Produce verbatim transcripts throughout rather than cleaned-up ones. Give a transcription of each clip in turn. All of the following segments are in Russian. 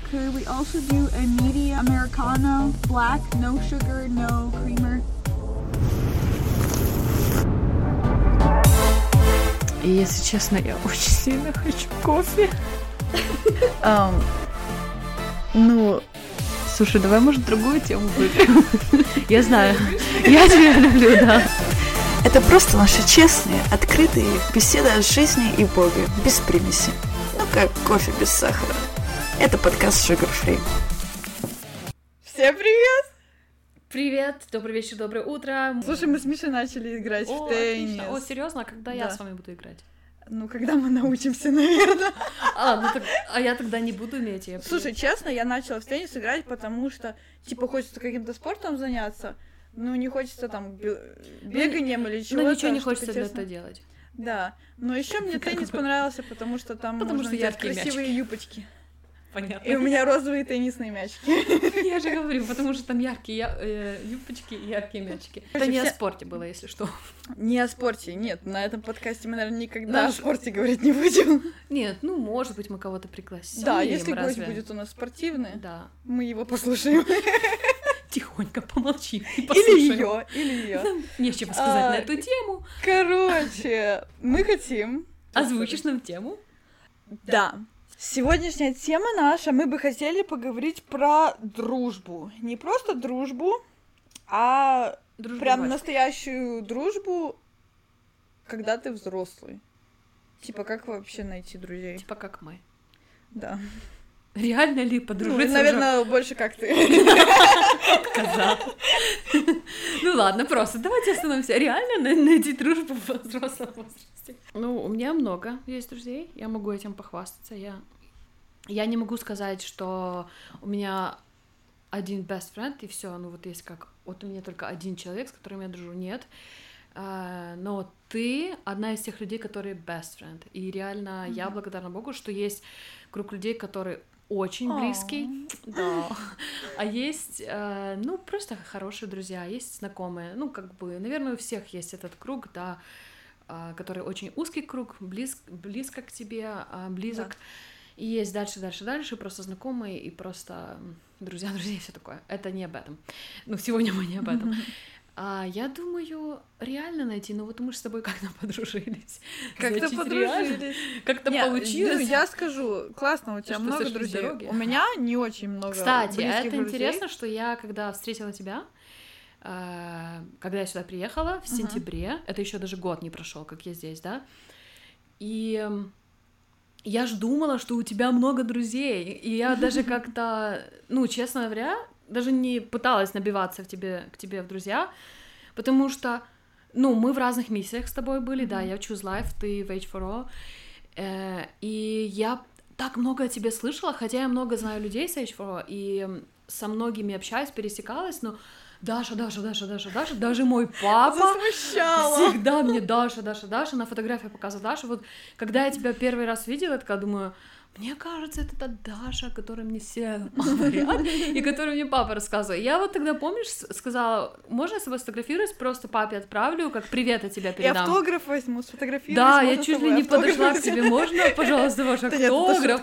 Could we also do a medium Americano, black, no sugar, no creamer? И если честно, я очень сильно хочу кофе. um, ну, слушай, давай, может, другую тему выберем? Я знаю, я тебя люблю, да. Это просто наши честные, открытые беседы о жизни и Боге, без примеси. Ну, как кофе без сахара. Это подкаст Sugar Free. Всем привет! Привет, добрый вечер, доброе утро. Слушай, мы с Мишей начали играть О, в теннис. Отлично. О, серьезно? А когда да. я с вами буду играть? Ну, когда мы научимся, наверное. А, ну так, а я тогда не буду иметь. Я Слушай, честно, я начала в теннис играть, потому что, типа, хочется каким-то спортом заняться, ну, не хочется там беганием ну, или чего-то. Ну, ничего не хочется для этого делать. Да, но еще мне теннис понравился, потому что там потому можно что взять яркие красивые мячики. юбочки. Понятно. И у меня розовые теннисные мячики. Я же говорю, потому что там яркие я, э, юбочки и яркие мячики. Это не о спорте было, если что. Не о спорте, нет. На этом подкасте мы, наверное, никогда о спорте говорить не будем. Нет, ну, может быть, мы кого-то пригласим. Да, если гость будет у нас спортивный, да. мы его послушаем. Тихонько помолчим и послушаем. Или ее, или ее. Нечего сказать на эту тему. Короче, мы хотим... Озвучишь нам тему? Да. Сегодняшняя тема наша, мы бы хотели поговорить про дружбу. Не просто дружбу, а дружбу прям бать. Настоящую дружбу, когда ты взрослый. Типа, как вообще найти друзей? Типа, как мы. Да. Реально ли подружиться? Ну, наверное, уже... больше как ты. Коза. Ну ладно, просто давайте остановимся. Реально найти дружбу в взрослом возрасте? Ну, у меня много есть друзей, я могу этим похвастаться. Я, я не могу сказать, что у меня один best friend, и все. Ну вот есть как, вот у меня только один человек, с которым я дружу, нет. Uh, но ты одна из тех людей, которые best friend. И реально mm-hmm. я благодарна Богу, что есть круг людей, которые очень Aww. Близкий, да. А есть, э, ну, просто хорошие друзья, есть знакомые. Ну, как бы, наверное, у всех есть этот круг, да, э, который очень узкий круг, близ, близко к тебе, э, близок. Да. И есть дальше, дальше, дальше, просто знакомые и просто друзья, друзья, все такое. Это не об этом. Ну, сегодня мы не об этом. А я думаю, реально найти, ну вот мы же с тобой как-то подружились. Как-то Значит, подружились. Реально, как-то Нет, получилось. Ну, я скажу, классно, у тебя что много друзей. Дороги. У меня не очень много. Кстати, это друзей. интересно, что я, когда встретила тебя, когда я сюда приехала в сентябре, uh-huh. это еще даже год не прошел, как я здесь, да, и я ж думала, что у тебя много друзей, и я даже как-то, ну, честно говоря, даже не пыталась набиваться в тебе, к тебе в друзья, потому что, ну, мы в разных миссиях с тобой были, mm-hmm. да, я в Choose Life, ты в эйч фор о, э, и я так много о тебе слышала, хотя я много знаю людей с эйч фор о, и со многими общаюсь, пересекалась, но Даша, Даша, Даша, Даша, Даша, даже мой папа Засмущала. Всегда мне Даша, Даша, Даша, на фотографии показывала Дашу, вот, когда я тебя первый раз видела, я такая думаю... Мне кажется, это та Даша, которая мне все говорят, и которую мне папа рассказывал. Я вот тогда, помнишь, сказала, можно я с тобой сфотографируюсь, просто папе отправлю, как привет от тебя передам. И автограф возьму, сфотографируюсь. Да, я чуть ли не подошла к тебе, можно, пожалуйста, ваш автограф?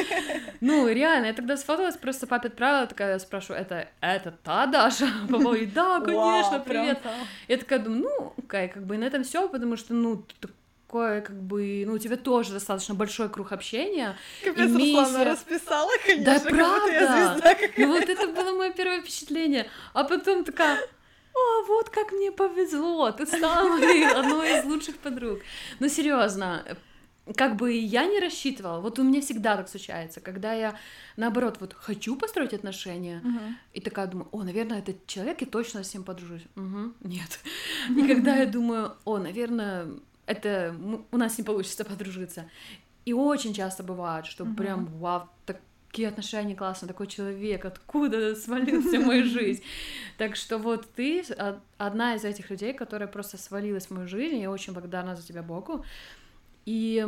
Ну, реально, я тогда сфоталась, просто папе отправила, такая спрашиваю, это, это та Даша? Папа говорит, да, конечно, привет. Я такая думаю, ну, окей, как бы на этом все, потому что, ну, такое, как бы, ну, у тебя тоже достаточно большой круг общения. Капец, Руслана расписала, конечно. Да, правда. Ну, вот это было мое первое впечатление. А потом такая, о, вот как мне повезло, ты стала одной из лучших подруг. Ну, серьезно, как бы я не рассчитывала, вот у меня всегда так случается, когда я, наоборот, вот хочу построить отношения, uh-huh. и такая думаю, о, наверное, этот человек, и точно с ним подружусь. Угу, нет. И когда я думаю, о, наверное... это у нас не получится подружиться. И очень часто бывает, что uh-huh. прям, вау, такие отношения классные, такой человек, откуда свалился в мою жизнь. Так что вот ты одна из этих людей, которая просто свалилась в мою жизнь, я очень благодарна за тебя Богу. И,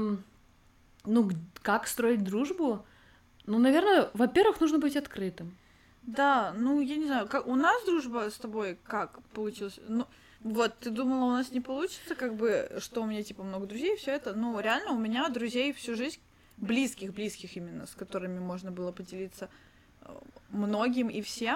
ну, как строить дружбу? Ну, наверное, во-первых, нужно быть открытым. Да, ну, я не знаю, как у нас дружба с тобой как получилась? Ну, вот, ты думала, у нас не получится, как бы, что у меня, типа, много друзей, все это. Ну, реально, у меня друзей всю жизнь близких-близких именно, с которыми можно было поделиться многим и всем,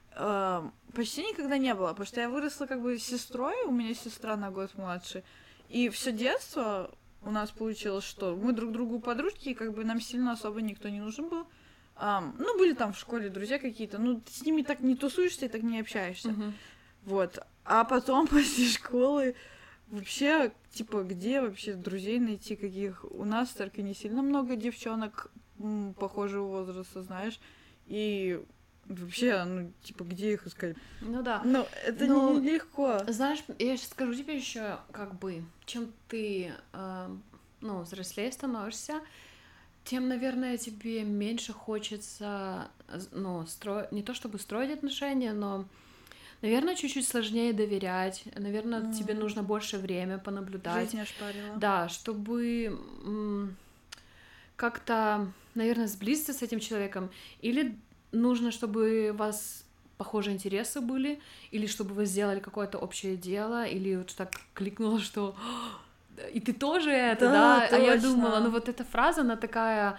почти никогда не было, потому что я выросла как бы с сестрой, у меня сестра на год младше, и все детство у нас получилось, что мы друг другу подружки, и как бы нам сильно особо никто не нужен был. Um, ну, были там в школе друзья какие-то, ну, ты с ними так не тусуешься и так не общаешься. Uh-huh. Вот. А потом после школы вообще, типа, где вообще друзей найти каких? У нас только не сильно много девчонок м, похожего возраста, знаешь, и вообще, ну, типа, где их искать? Ну да. Ну, это Но, нелегко. Знаешь, я сейчас скажу тебе еще, как бы, чем ты, э, ну, взрослее становишься, тем, наверное, тебе меньше хочется, ну, строить, не то чтобы строить отношения, но, наверное, чуть-чуть сложнее доверять, наверное, mm. тебе нужно больше время понаблюдать. Жизнь ошпарила. Да, чтобы м- как-то, наверное, сблизиться с этим человеком, или нужно, чтобы у вас похожие интересы были, или чтобы вы сделали какое-то общее дело, или вот так кликнуло, что... И ты тоже это, да? да? А я думала, ну вот эта фраза, она такая,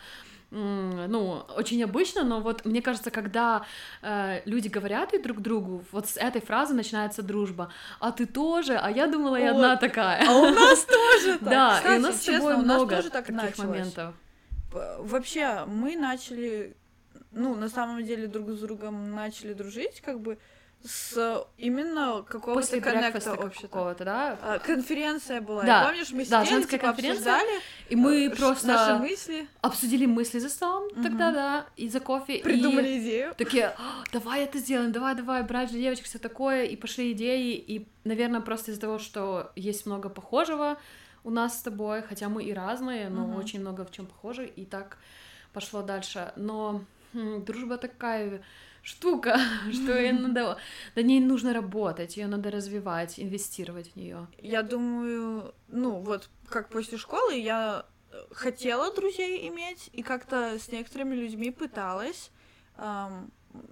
ну, очень обычно, но вот мне кажется, когда э, люди говорят и друг другу, вот с этой фразы начинается дружба. А ты тоже? А я думала, я одна такая. А у нас тоже так. Да, Кстати, и у нас с тобой много таких моментов. Вообще, мы начали, ну, на самом деле, друг с другом начали дружить, как бы, с именно какого-то коннекта какого-то, да? А, конференция была, да. помнишь, мы да, сидели, типа, обсуждали, и мы просто наши мысли. Обсудили мысли за столом угу. тогда, да, и за кофе. Придумали и идею. Такие, давай это сделаем, давай, давай, брать же девочек, все такое, и пошли идеи, и, наверное, просто из-за того, что есть много похожего у нас с тобой, хотя мы и разные, но угу. очень много в чем похожи, и так пошло дальше. Но м, дружба такая... штука, что ей надо, до ней нужно работать, ее надо развивать, инвестировать в нее. Я думаю, ну вот как после школы я хотела друзей иметь и как-то с некоторыми людьми пыталась, эм,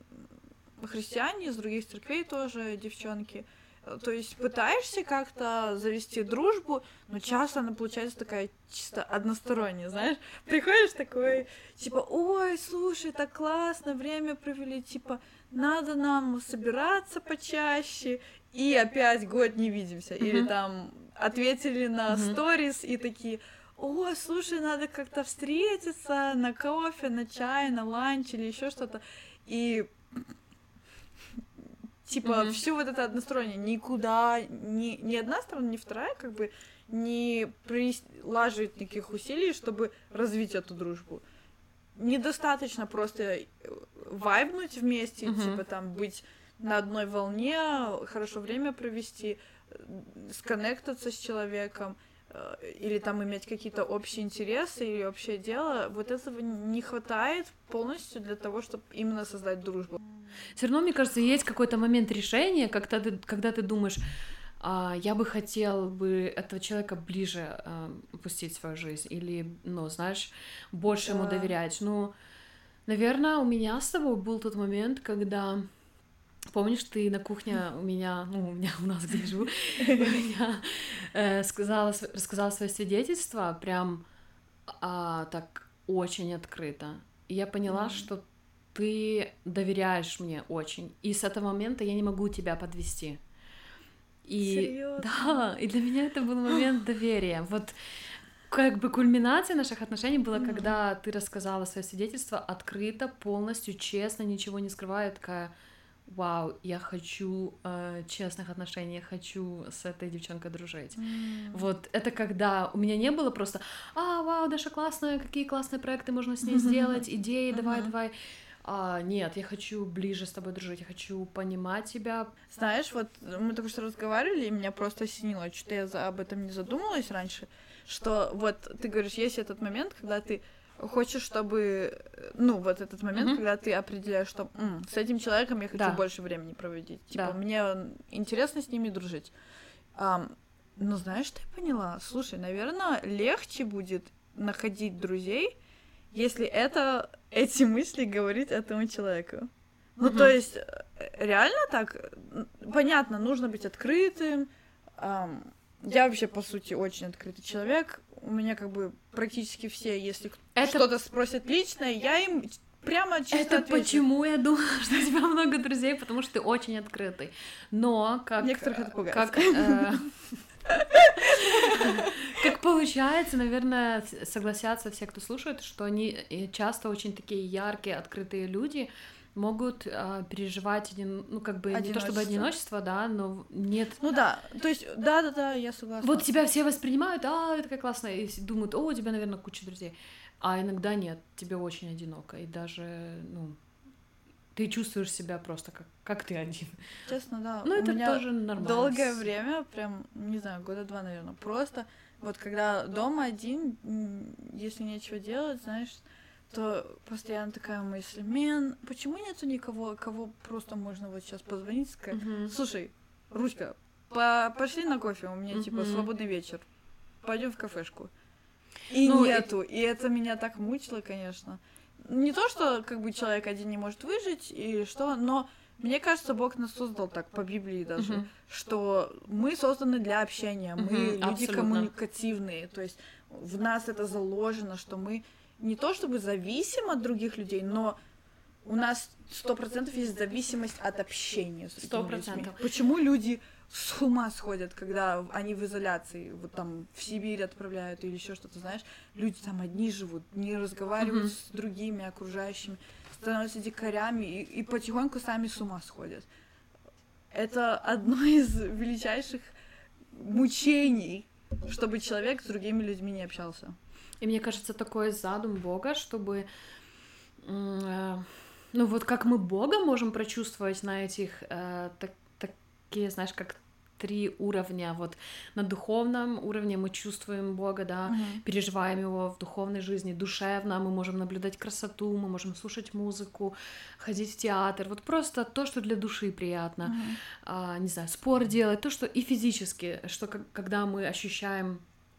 христиане из других церквей тоже девчонки. То есть пытаешься как-то завести дружбу, но часто она получается такая чисто односторонняя, знаешь? Приходишь такой, типа, ой, слушай, так классно, время провели, типа, надо нам собираться почаще, и опять год не видимся. Mm-hmm. Или там ответили на сторис mm-hmm. и такие, о, слушай, надо как-то встретиться на кофе, на чай, на ланч или еще что-то. И... Типа, mm-hmm. все вот это одностороннее, никуда, ни, ни одна сторона, ни вторая, как бы, не прилаживает никаких усилий, чтобы развить эту дружбу. Недостаточно просто вайбнуть вместе, mm-hmm. типа, там, быть на одной волне, хорошо время провести, сконнектаться с человеком, или там иметь какие-то общие интересы или общее дело. Вот этого не хватает полностью для того, чтобы именно создать дружбу. Все равно, мне кажется, есть какой-то момент решения, когда ты, когда ты думаешь, а, я бы хотел бы этого человека ближе а, пустить в свою жизнь, или, ну, знаешь, больше да. ему доверять. Ну, наверное, у меня с тобой был тот момент, когда... Помнишь, ты на кухне у меня, ну, у меня, у нас где живу, у меня э, сказала, рассказала свое свидетельство прям а, так очень открыто. И я поняла, mm-hmm. что ты доверяешь мне очень. И с этого момента я не могу тебя подвести. И, серьезно? Да, и для меня это был момент доверия. Вот как бы кульминация наших отношений была, mm-hmm. когда ты рассказала свое свидетельство открыто, полностью, честно, ничего не скрывая, такая... Вау, я хочу э, честных отношений, я хочу с этой девчонкой дружить. Mm. Вот это когда у меня не было просто, а, вау, Даша классная, какие классные проекты можно с ней сделать, идеи, mm-hmm. давай, давай. А, нет, я хочу ближе с тобой дружить, я хочу понимать тебя. Знаешь, вот мы только что разговаривали, и меня просто осенило, что-то я за, об этом не задумалась раньше, что вот ты говоришь, есть этот момент, когда ты хочешь, чтобы, ну, вот этот момент, mm-hmm. когда ты определяешь, что м, с этим человеком я хочу да. больше времени проводить. Типа, да. мне интересно с ними дружить. А, ну, знаешь, что я поняла? Слушай, наверное, легче будет находить друзей, если это, эти мысли говорить этому человеку. Mm-hmm. Ну, то есть, реально так? Понятно, нужно быть открытым. А, я вообще, по сути, очень открытый человек. У меня как бы практически все, если это... что-то спросят личное, я им прямо чисто Это отвечу. почему я думала, что у тебя много друзей, потому что ты очень открытый. Но как... Некоторых это пугает. Как, э, как получается, наверное, согласятся все, кто слушает, что они часто очень такие яркие, открытые люди, могут а, переживать один, ну как бы не то чтобы одиночество, да, но нет. Ну да, то есть да, да, да, я согласна. Вот тебя все воспринимают, а это как классно, и думают, о, у тебя, наверное, куча друзей, а иногда нет, тебе очень одиноко, и даже, ну, ты чувствуешь себя просто как как ты один. Честно, да. Ну у это меня тоже нормально. Долгое время, прям не знаю, года два, наверное, просто вот когда дома один, если нечего делать, знаешь, то постоянно такая мысль, мен, почему нету никого, кого просто можно вот сейчас позвонить и сказать, uh-huh. слушай, Руська, по- пошли на кофе, у меня uh-huh. типа свободный вечер, пойдем в кафешку. И ну, нету, и... и это меня так мучило, конечно. Не то, что как бы человек один не может выжить, и что, но мне кажется, Бог нас создал так, по Библии даже, uh-huh. что мы созданы для общения, мы uh-huh. люди Абсолютно. коммуникативные, то есть в нас это заложено, что мы не то чтобы зависим от других людей, но у нас сто процентов есть зависимость от общения с другими людьми. Почему люди с ума сходят, когда они в изоляции, вот там в Сибирь отправляют или еще что-то, знаешь, люди там одни живут, не разговаривают uh-huh. с другими окружающими, становятся дикарями и, и потихоньку сами с ума сходят. Это одно из величайших мучений, чтобы человек с другими людьми не общался. И мне кажется, такой задум Бога, чтобы, э, ну вот как мы Бога можем прочувствовать на этих, э, так, такие, знаешь, как три уровня. Вот на духовном уровне мы чувствуем Бога, да, uh-huh. переживаем Его в духовной жизни, душевно мы можем наблюдать красоту, мы можем слушать музыку, ходить в театр, вот просто то, что для души приятно, uh-huh. а, не знаю, спорт делать, то, что и физически, что когда мы ощущаем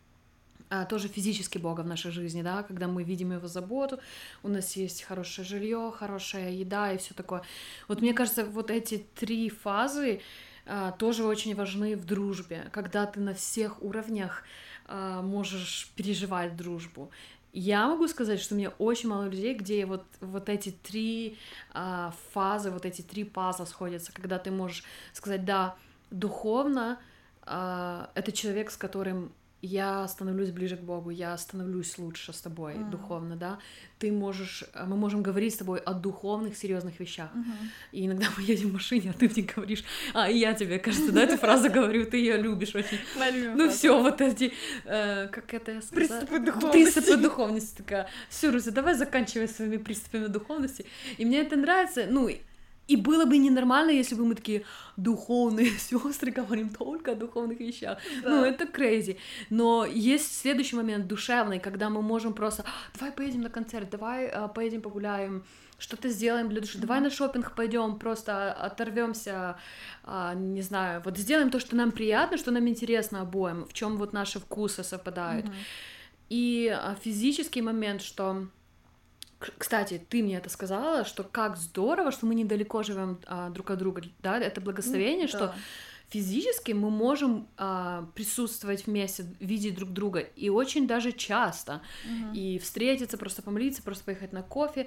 А, тоже физически Бога в нашей жизни, да, когда мы видим Его заботу, у нас есть хорошее жилье, хорошая еда и все такое. Вот мне кажется, вот эти три фазы а, тоже очень важны в дружбе, когда ты на всех уровнях а, можешь переживать дружбу. Я могу сказать, что у меня очень мало людей, где вот, вот эти три а, фазы, вот эти три пазла сходятся, когда ты можешь сказать, да, духовно а, это человек, с которым я становлюсь ближе к Богу, я становлюсь лучше с тобой mm. духовно, да, ты можешь, мы можем говорить с тобой о духовных, серьезных вещах, mm-hmm. и иногда мы едем в машине, а ты мне говоришь, а и я тебе, кажется, да, эту фразу говорю, ты ее любишь очень, ну все, вот эти, э, как это я сказала? Приступы духовности. Приступы духовности, такая, все, Руся, давай заканчивай своими приступами духовности, и мне это нравится, ну, и было бы ненормально, если бы мы такие духовные сестры говорим только о духовных вещах. Да. Ну, это crazy. Но есть следующий момент душевный, когда мы можем просто давай поедем на концерт, давай а, поедем погуляем, что-то сделаем для души, mm-hmm. давай на шопинг пойдем, просто оторвемся, а, не знаю, вот сделаем то, что нам приятно, что нам интересно обоим, в чем вот наши вкусы совпадают. Mm-hmm. И а, физический момент, что кстати, ты мне это сказала, что как здорово, что мы недалеко живем а, друг от друга, да, это благословение, mm, что да. физически мы можем а, присутствовать вместе, видеть друг друга, и очень даже часто, mm-hmm. и встретиться, просто помолиться, просто поехать на кофе,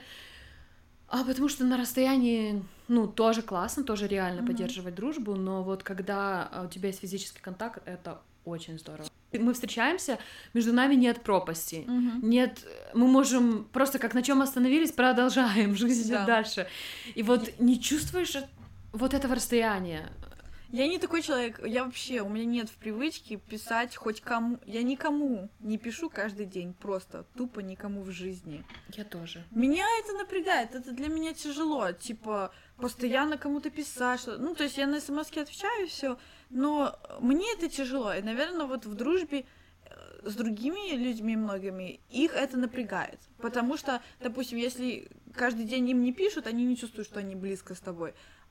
а потому что на расстоянии, ну, тоже классно, тоже реально mm-hmm. поддерживать дружбу, но вот когда у тебя есть физический контакт, это очень здорово. Мы встречаемся, между нами нет пропасти, uh-huh. нет, мы можем просто как на чем остановились, продолжаем, жизнь идет да. дальше. И вот не чувствуешь вот этого расстояния. Я не такой человек, я вообще, у меня нет в привычке писать хоть кому, я никому не пишу каждый день, просто тупо никому в жизни. Я тоже. Меня это напрягает, это для меня тяжело, типа постоянно кому-то писать, что... ну то есть я на смс-ки отвечаю и все. Но мне это тяжело, и, наверное, вот в дружбе с другими людьми многими их это напрягает, потому что, допустим, если каждый день им не пишут, они не чувствуют, что они близко с тобой,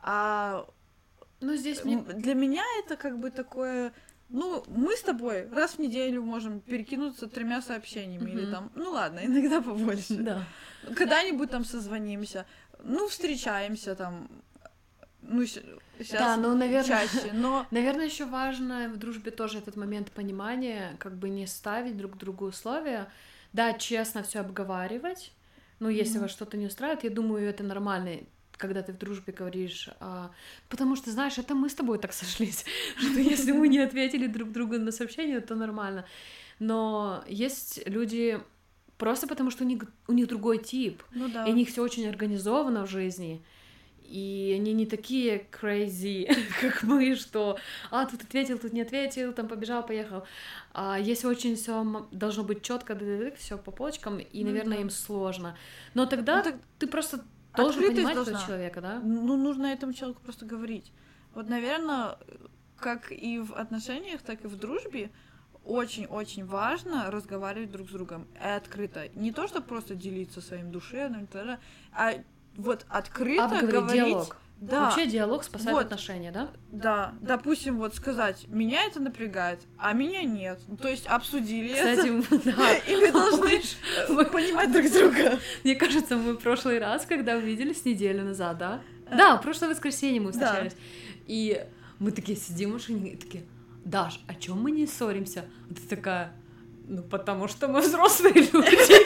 а ну, здесь мне... для меня это как бы такое, ну, мы с тобой раз в неделю можем перекинуться тремя сообщениями, uh-huh. или там, ну ладно, иногда побольше, да. когда-нибудь там созвонимся, ну, встречаемся там, ну, сейчас да, ну, наверное, чаще, но... Наверное, еще важно в дружбе тоже этот момент понимания, как бы не ставить друг другу условия, да, честно все обговаривать, ну, если mm-hmm. вас что-то не устраивает, я думаю, это нормально, когда ты в дружбе говоришь, а... потому что, знаешь, это мы с тобой так сошлись, что если мы не ответили друг другу на сообщение, то нормально, но есть люди... Просто потому, что у них, у них другой тип, ну, да. и у них все очень организовано в жизни, и они не такие crazy, как мы, что а, тут ответил, тут не ответил, там побежал, поехал. А если очень все должно быть четко, все по полочкам, и, ну, наверное, да. им сложно. Но тогда ну, так... ты просто должен понимать должна. этого человека, да? Ну, нужно этому человеку просто говорить. Вот, наверное, как и в отношениях, так и в дружбе, очень-очень важно разговаривать друг с другом и открыто. Не то, чтобы просто делиться своим душевным, а вот открыто Обговорить говорить... диалог. Да. Вообще диалог спасает вот. отношения, да? Да. Допустим, вот сказать, меня это напрягает, а меня нет. То есть обсудили Кстати, это, да. и вы должны понимать друг друга. Мне кажется, мы в прошлый раз, когда увиделись неделю назад, да? Да, в прошлое воскресенье мы встречались. И мы такие сидим в машине и такие... Даш, о чем мы не ссоримся? А ты такая, ну потому что мы взрослые люди.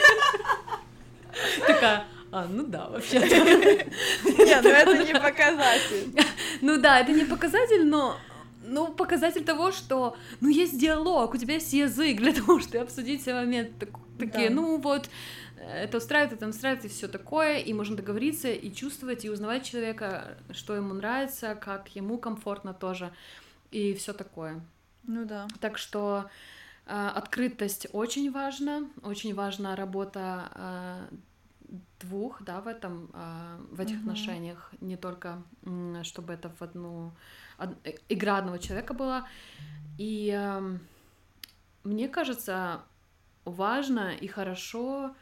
Такая, а, ну да, вообще-то. Нет, ну это не показатель. Ну да, это не показатель, но ну, показатель того, что ну есть диалог, у тебя есть язык для того, чтобы обсудить все моменты такие, ну вот, это устраивает, это устраивает, и все такое, и можно договориться, и чувствовать, и узнавать человека, что ему нравится, как ему комфортно тоже. И все такое. Ну да. Так что э, открытость очень важна, очень важна работа э, двух, да, в этом, э, в этих mm-hmm. отношениях, не только э, чтобы это в одну од, игра одного человека была. И э, мне кажется, важно и хорошо.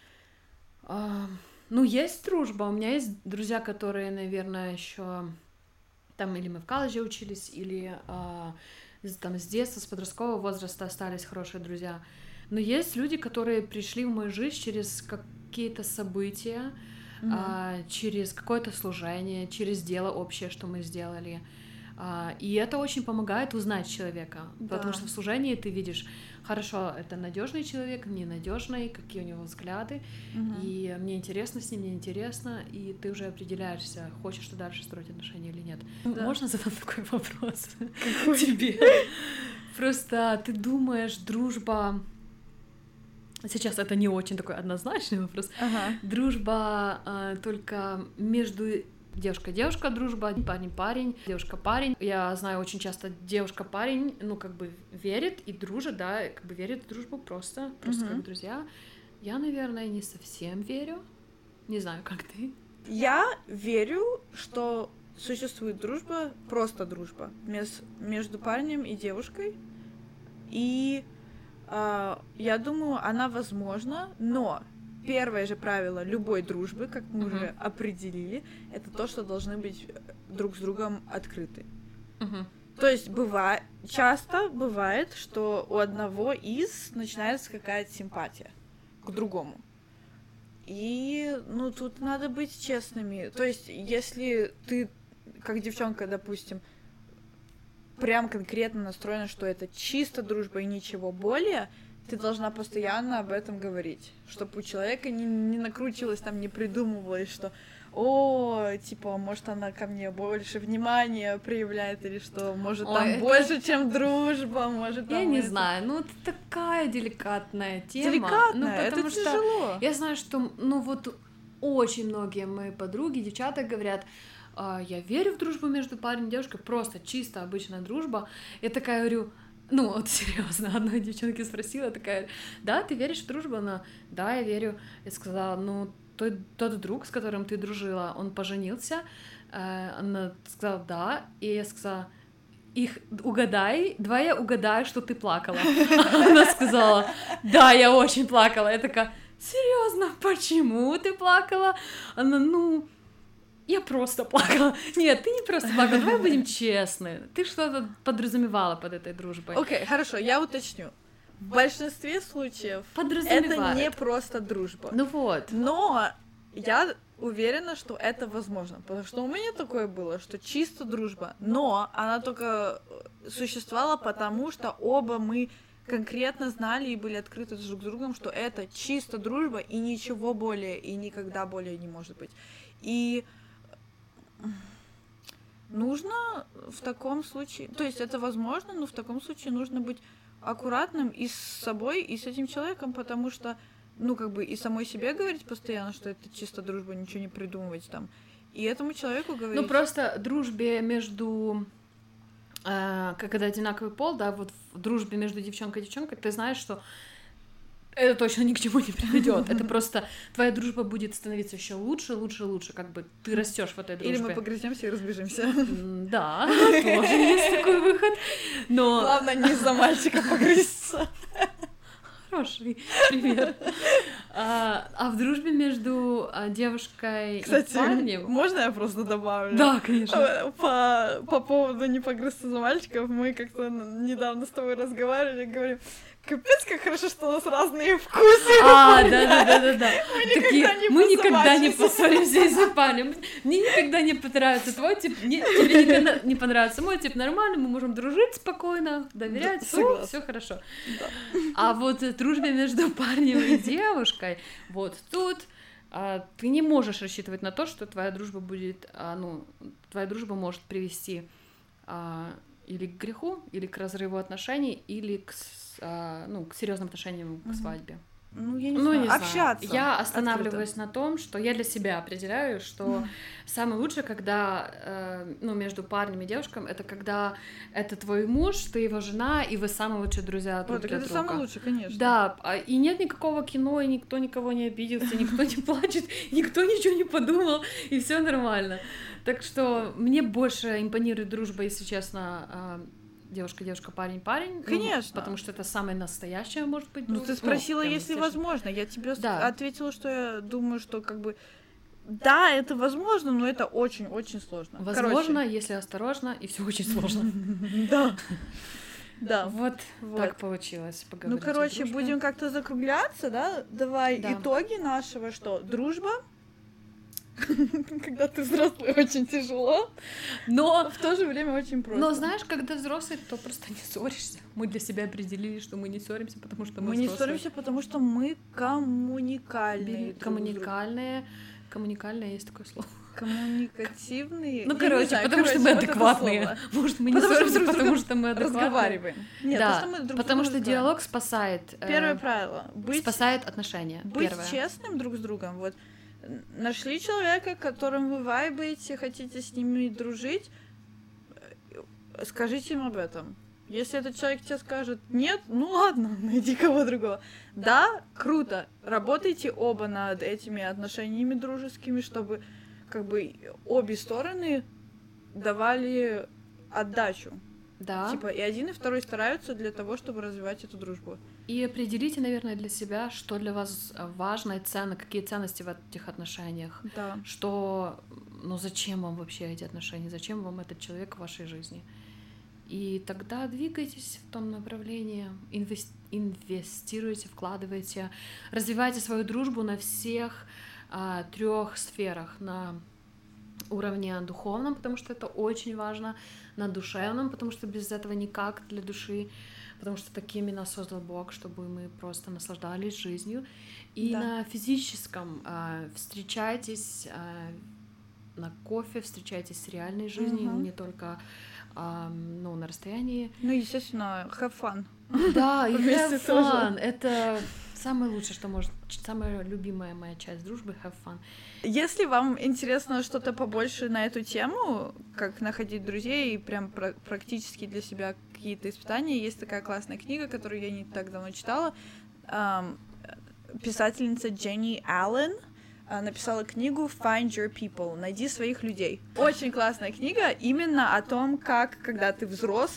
Э, ну, есть дружба. У меня есть друзья, которые, наверное, еще там или мы в колледже учились, или э, там с детства, с подросткового возраста остались хорошие друзья. Но есть люди, которые пришли в мою жизнь через какие-то события, mm-hmm. э, через какое-то служение, через дело общее, что мы сделали. Э, и это очень помогает узнать человека, да. Потому что в служении ты видишь, хорошо, это надежный человек, ненадежный, какие у него взгляды, mm-hmm. и мне интересно с ним, мне интересно, и ты уже определяешься, хочешь ты дальше строить отношения или нет. Да. Можно задать такой вопрос тебе? Просто ты думаешь, дружба... Сейчас это не очень такой однозначный вопрос. Ага. Дружба э, только между девушка-девушка дружба, парень-парень, девушка-парень. Я знаю, очень часто девушка-парень, ну, как бы верит и дружит, да, как бы верит в дружбу просто, просто uh-huh. как друзья. Я, наверное, не совсем верю. Не знаю, как ты. Я верю, что существует дружба, просто дружба между парнем и девушкой. И э, я думаю, она возможна, но первое же правило любой дружбы, как мы uh-huh. уже определили, это то, что должны быть друг с другом открыты. Uh-huh. То есть бывает, часто бывает, что у одного из начинается какая-то симпатия к другому. И, ну, тут надо быть честными. То есть, если ты, как девчонка, допустим, прям конкретно настроена, что это чисто дружба и ничего более, ты должна постоянно об этом говорить, чтобы у человека не, не накручивалось, там, не придумывалось, что о, типа, может, она ко мне больше внимания проявляет, или что, может, там Ой, больше, это... чем дружба, может, там... Я не это... знаю, ну, это такая деликатная тема. Деликатная, ну, это что тяжело. Я знаю, что, ну, вот очень многие мои подруги, девчата говорят, я верю в дружбу между парнем и девушкой, просто чисто обычная дружба. Я такая говорю, ну, вот серьезно, одной девчонки спросила, такая, да, ты веришь в дружбу? Она, да, я верю. Я сказала, ну, тот, тот друг, с которым ты дружила, он поженился? Она сказала, да. И я сказала, их угадай, давай я угадаю, что ты плакала. Она сказала, да, я очень плакала. Я такая, серьезно, почему ты плакала? Она, ну... Я просто плакала. Нет, ты не просто плакала, давай будем честны. Ты что-то подразумевала под этой дружбой. Окей, okay, хорошо, я уточню. В большинстве случаев это не просто дружба. Ну вот. Но я уверена, что это возможно, потому что у меня такое было, что чисто дружба, но она только существовала потому, что оба мы конкретно знали и были открыты друг с другом, что это чисто дружба и ничего более, и никогда более не может быть. И нужно в таком случае, то есть это возможно, но в таком случае нужно быть аккуратным и с собой, и с этим человеком, потому что, ну, как бы и самой себе говорить постоянно, что это чисто дружба, ничего не придумывать там, и этому человеку говорить... Ну, просто дружбе между... когда одинаковый пол, да, вот в дружбе между девчонкой и девчонкой, ты знаешь, что это точно ни к чему не приведет. Это просто твоя дружба будет становиться еще лучше, лучше, лучше, как бы ты растешь в этой дружбе. Или мы погрыземся и разбежимся. Да, тоже есть такой выход. Но главное не из-за мальчика погрызться. Хороший пример. А, а в дружбе между девушкой Кстати, и парнем... можно я просто добавлю? Да, конечно. По, по поводу не погрызться за мальчиков, мы как-то недавно с тобой разговаривали, говорим, капец, как хорошо, что у нас разные вкусы. А, да-да-да-да-да. Мы Такие, никогда не мы никогда не пособачимся. поссоримся из-за парня. Мне никогда не понравится твой тип, не, тебе никогда не понравится мой тип, нормально, мы можем дружить спокойно, доверять, Да, все, согласна. все хорошо. Да. А вот в дружбе между парнем и девушкой, вот тут а, ты не можешь рассчитывать на то, что твоя дружба будет, а, ну, твоя дружба может привести а, или к греху, или к разрыву отношений, или к, а, ну, к серьезным отношениям к свадьбе. Ну, я не Ну, знаю, не знаю. общаться. Я останавливаюсь открыто. на том, что я для себя определяю, что Mm. самое лучшее, когда, э, ну, между парнем и девушкой, это когда это твой муж, ты его жена, и вы самые лучшие друзья друг Вот, так для это друга. самое лучшее, конечно. Да, а- и нет никакого кино, и никто никого не обиделся, никто не плачет, никто ничего не подумал, и все нормально. Так что мне больше импонирует дружба, если честно, а, девушка-девушка, парень-парень. Конечно. Ну, потому что это самое настоящее, может быть, Ну, дружба. ты спросила, прям если настоящее. возможно. Я тебе с- Да. ответила, что я думаю, что как бы да, это возможно, но это очень-очень сложно. Возможно, если осторожно, и все очень сложно. Короче, да. Да. Вот, Вот. так получилось Ну, поговорить. о короче, дружбе. будем как-то закругляться, да? Давай Да. итоги нашего, что дружба, когда ты взрослый, очень тяжело, Но, но в то же время очень просто. но знаешь, когда взрослый, то просто не ссоришься. Мы для себя определили, что мы не ссоримся, потому что мы, мы не взрослые. ссоримся, потому что мы коммуникальные. друг с другом. Коммуникальные. Коммуникальное есть такое слово. Коммуникативные. Ну, Я не короче, знаю, потому что короче, мы вот это адекватные. слово. Может, мы не Потому что ссоримся, друг с потому другом что мы адекватные. Разговариваем. Нет, Да, потому что мы друг с потому другом что разговариваем. диалог спасает. э, Первое правило. Быть, спасает отношения. быть Первое. честным друг с другом. Вот нашли человека, которым вы вайбаете, хотите с ними дружить, э, скажите им об этом. Если этот человек тебе скажет нет, ну ладно, найди кого другого. Да, круто. Работайте оба над этими отношениями дружескими, чтобы как бы обе стороны давали отдачу. Да. Типа и один, и второй стараются для того, чтобы развивать эту дружбу. И определите, наверное, для себя, что для вас важно и ценно, какие ценности в этих отношениях. Да. Что, ну зачем вам вообще эти отношения, зачем вам этот человек в вашей жизни. И тогда двигайтесь в том направлении, инвес- инвестируйте, вкладывайте, развивайте свою дружбу на всех а, трех сферах, на уровне духовном, потому что это очень важно, на душевном, потому что без этого никак для души, потому что такими нас создал Бог, чтобы мы просто наслаждались жизнью, и Да. на физическом а, встречайтесь а, на кофе, встречайтесь с реальной жизнью, Мгм. не только а, ну, на расстоянии. Ну, естественно, have fun. Да, и Вместе have тоже. fun. Это самое лучшее, что может, самая любимая моя часть дружбы — have fun. Если вам интересно что-то побольше на эту тему, как находить друзей и прям пра- практически для себя какие-то испытания, есть такая классная книга, которую я не так давно читала. Ам, писательница Дженни Аллен а, написала книгу Find Your People, найди своих людей. Очень классная книга именно о том, как, когда ты взрослый,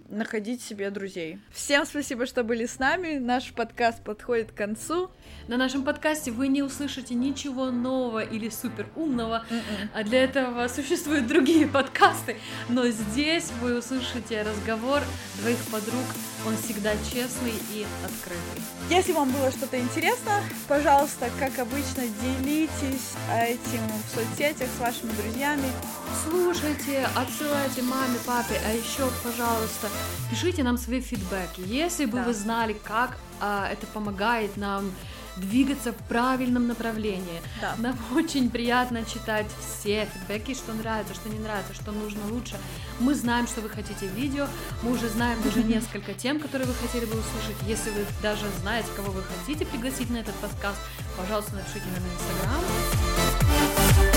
находить себе друзей. Всем спасибо, что были с нами. Наш подкаст подходит к концу. На нашем подкасте вы не услышите ничего нового или супер умного, а для этого существуют другие подкасты, но здесь вы услышите разговор двоих подруг, он всегда честный и открытый. Если вам было что-то интересно, пожалуйста, как обычно, делитесь этим в соцсетях с вашими друзьями. Слушайте, отсылайте маме, папе, а еще, пожалуйста, пишите нам свои фидбэки, если бы Да. вы знали, как а, это помогает нам двигаться в правильном направлении. Да. Нам очень приятно читать все фидбэки, что нравится, что не нравится, что нужно лучше. Мы знаем, что вы хотите видео, мы уже знаем даже несколько тем, которые вы хотели бы услышать. Если вы даже знаете, кого вы хотите пригласить на этот подкаст, пожалуйста, напишите нам в Инстаграм.